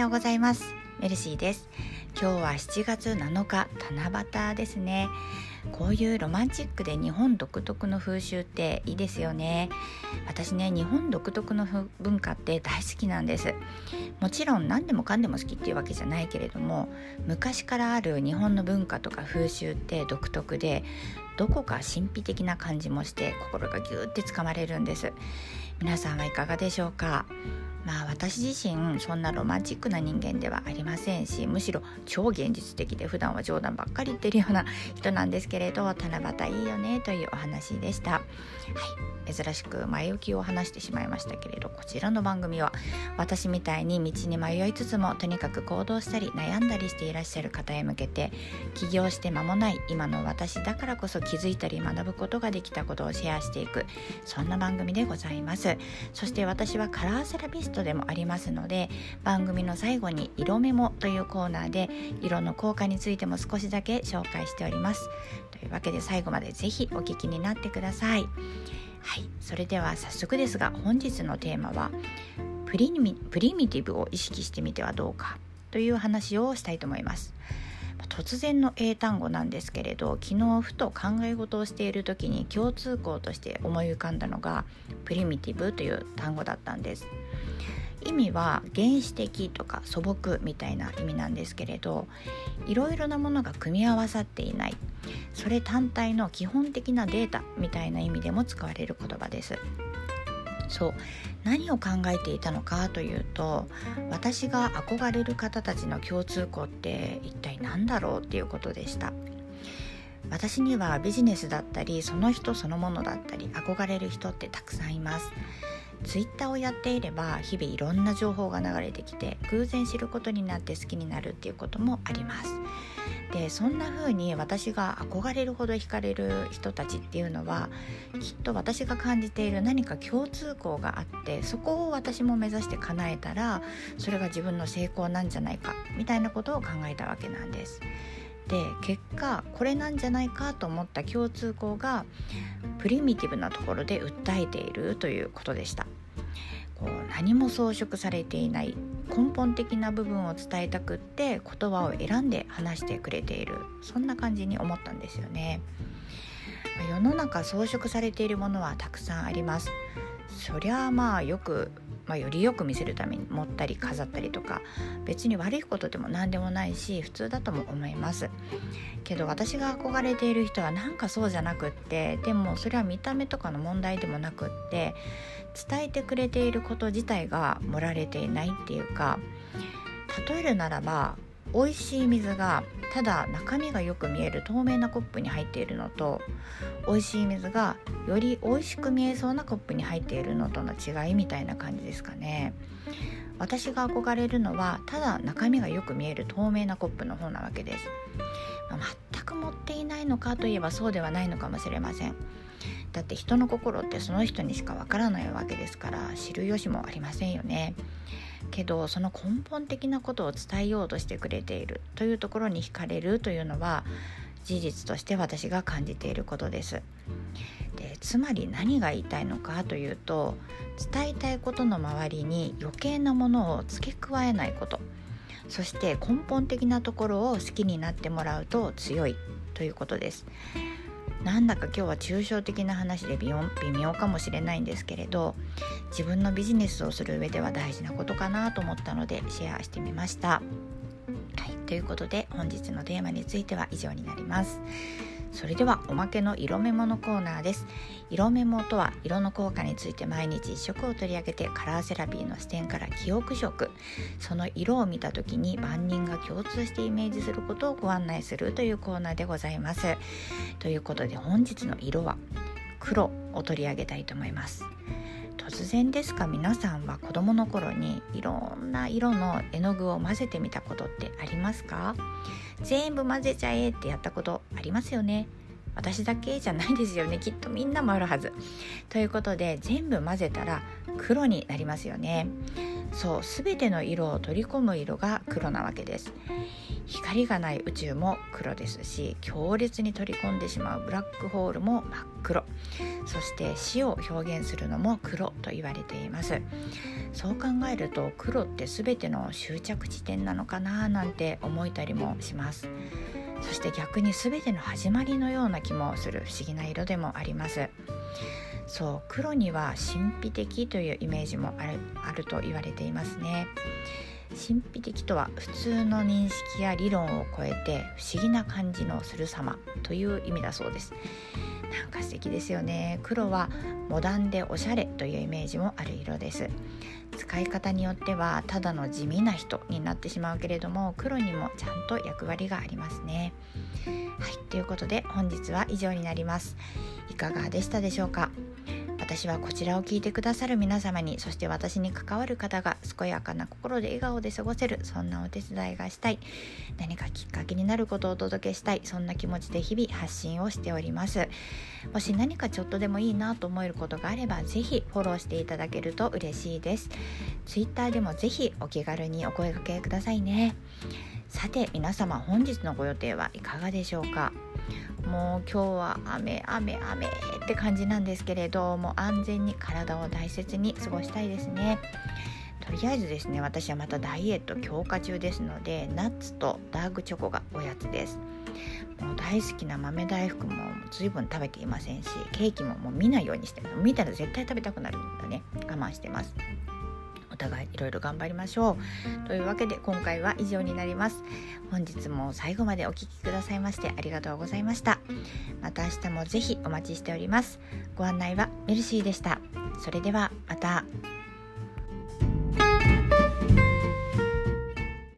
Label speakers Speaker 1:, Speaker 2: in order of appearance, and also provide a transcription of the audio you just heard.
Speaker 1: ようございます。メルシーです。今日は7月7日七夕ですね。こういうロマンチックで日本独特の風習っていいですよね。私ね、日本独特の文化って大好きなんです。もちろん何でもかんでも好きっていうわけじゃないけれども、昔からある日本の文化とか風習って独特で、どこか神秘的な感じもして心がギューってつかまれるんです。皆さんはいかがでしょうか。私自身そんなロマンチックな人間ではありませんし、むしろ超現実的で普段は冗談ばっかり言ってるような人なんですけれど、七夕いいよねというお話でした。珍しく前置きを話してしまいましたけれど、こちらの番組は私みたいに道に迷いつつもとにかく行動したり悩んだりしていらっしゃる方へ向けて、起業して間もない今の私だからこそ気づいたり学ぶことができたことをシェアしていく、そんな番組でございます。そして私はカラーセラピストでもありますので、番組の最後に色メモというコーナーで色の効果についても少しだけ紹介しております。というわけで最後までぜひお聞きになってください。それでは早速ですが、本日のテーマはプリミティブを意識してみてはどうかという話をしたいと思います。突然の英単語なんですけれど、昨日ふと考え事をしている時に共通項として思い浮かんだのがプリミティブという単語だったんです。意味は原始的とか素朴みたいな意味なんですけれど、いろいろなものが組み合わさっていない、それ単体の基本的なデータみたいな意味でも使われる言葉です。何を考えていたのかというと、私が憧れる方たちの共通項って一体何だろうっていうことでした。私にはビジネスだったりその人そのものだったり憧れる人ってたくさんいます。ツイッターをやっていれば日々いろんな情報が流れてきて、偶然知ることになって好きになるっていうこともあります。で、そんな風に私が憧れるほど惹かれる人たちっていうのは、きっと私が感じている何か共通項があって、そこを私も目指して叶えたらそれが自分の成功なんじゃないかみたいなことを考えたわけなんです。で、結果これなんじゃないかと思った共通項がプリミティブなところで訴えているということでした。何も装飾されていない根本的な部分を伝えたくって言葉を選んで話してくれている、そんな感じに思ったんですよね。世の中装飾されているものはたくさんあります。そりゃよりよく見せるために持ったり飾ったりとか、別に悪いことでも何でもないし普通だとも思いますけど、私が憧れている人はなんかそうじゃなくって、でもそれは見た目とかの問題でもなくって、伝えてくれていること自体が盛られていないっていうか、例えるならば美味しい水がただ中身がよく見える透明なコップに入っているのと、美味しい水がより美味しく見えそうなコップに入っているのとの違いみたいな感じですかね。私が憧れるのはただ中身がよく見える透明なコップの方なわけです。全く持っていないのかといえばそうではないのかもしれません。だって人の心ってその人にしかわからないわけですから、知る由もありませんよね。けどその根本的なことを伝えようとしてくれているというところに惹かれるというのは事実として私が感じていることです。で、つまり何が言いたいのかというと、伝えたいことの周りに余計なものを付け加えないこと、そして根本的なところを好きになってもらうと強いということです。なんだか今日は抽象的な話で微妙かもしれないんですけれど、自分のビジネスをする上では大事なことかなと思ったのでシェアしてみました。ということで本日のテーマについては以上になります。それではおまけの色メモのコーナーです。色メモとは色の効果について毎日一色を取り上げて、カラーセラピーの視点から記憶色、その色を見た時に万人が共通してイメージすることをご案内するというコーナーでございます。ということで本日の色は黒を取り上げたいと思います。突然ですが、皆さんは子供の頃にいろんな色の絵の具を混ぜてみたことってありますか？全部混ぜちゃえってやったことありますよね。 私だけじゃないですよね。きっとみんなもあるはず。ということで全部混ぜたら黒になりますよね。そう、すべての色を取り込む色が黒なわけです。光がない宇宙も黒ですし、強烈に取り込んでしまうブラックホールも真っ黒、そして死を表現するのも黒と言われています。そう考えると黒って全ての終着地点なのかななんて思えたりもします。そして逆に全ての始まりのような気もする不思議な色でもあります。そう、黒には神秘的というイメージもあると言われていますね。神秘的とは普通の認識や理論を超えて不思議な感じのする様という意味だそうです。なんか素敵ですよね。黒はモダンでおしゃれというイメージもある色です。使い方によってはただの地味な人になってしまうけれども、黒にもちゃんと役割がありますね。はい、ということで本日は以上になります。いかがでしたでしょうか。私はこちらを聞いてくださる皆様に、そして私に関わる方が健やかな心で笑顔で過ごせる、そんなお手伝いがしたい、何かきっかけになることをお届けしたい、そんな気持ちで日々発信をしております。もし何かちょっとでもいいなと思えることがあれば、ぜひフォローしていただけると嬉しいです。Twitter でもぜひお気軽にお声掛けくださいね。さて皆様、本日のご予定はいかがでしょうか。もう今日は雨って感じなんですけれども、安全に体を大切に過ごしたいですね。とりあえずですね、私はまたダイエット強化中ですので、ナッツとダークチョコがおやつです。もう大好きな豆大福も随分食べていませんし、ケーキももう見ないようにしてます。見たら絶対食べたくなるんだね。我慢してます。お互いいろいろ頑張りましょう。というわけで今回は以上になります。本日も最後までお聞きくださいましてありがとうございました。また明日もぜひお待ちしております。ご案内はメルシーでした。それではまた。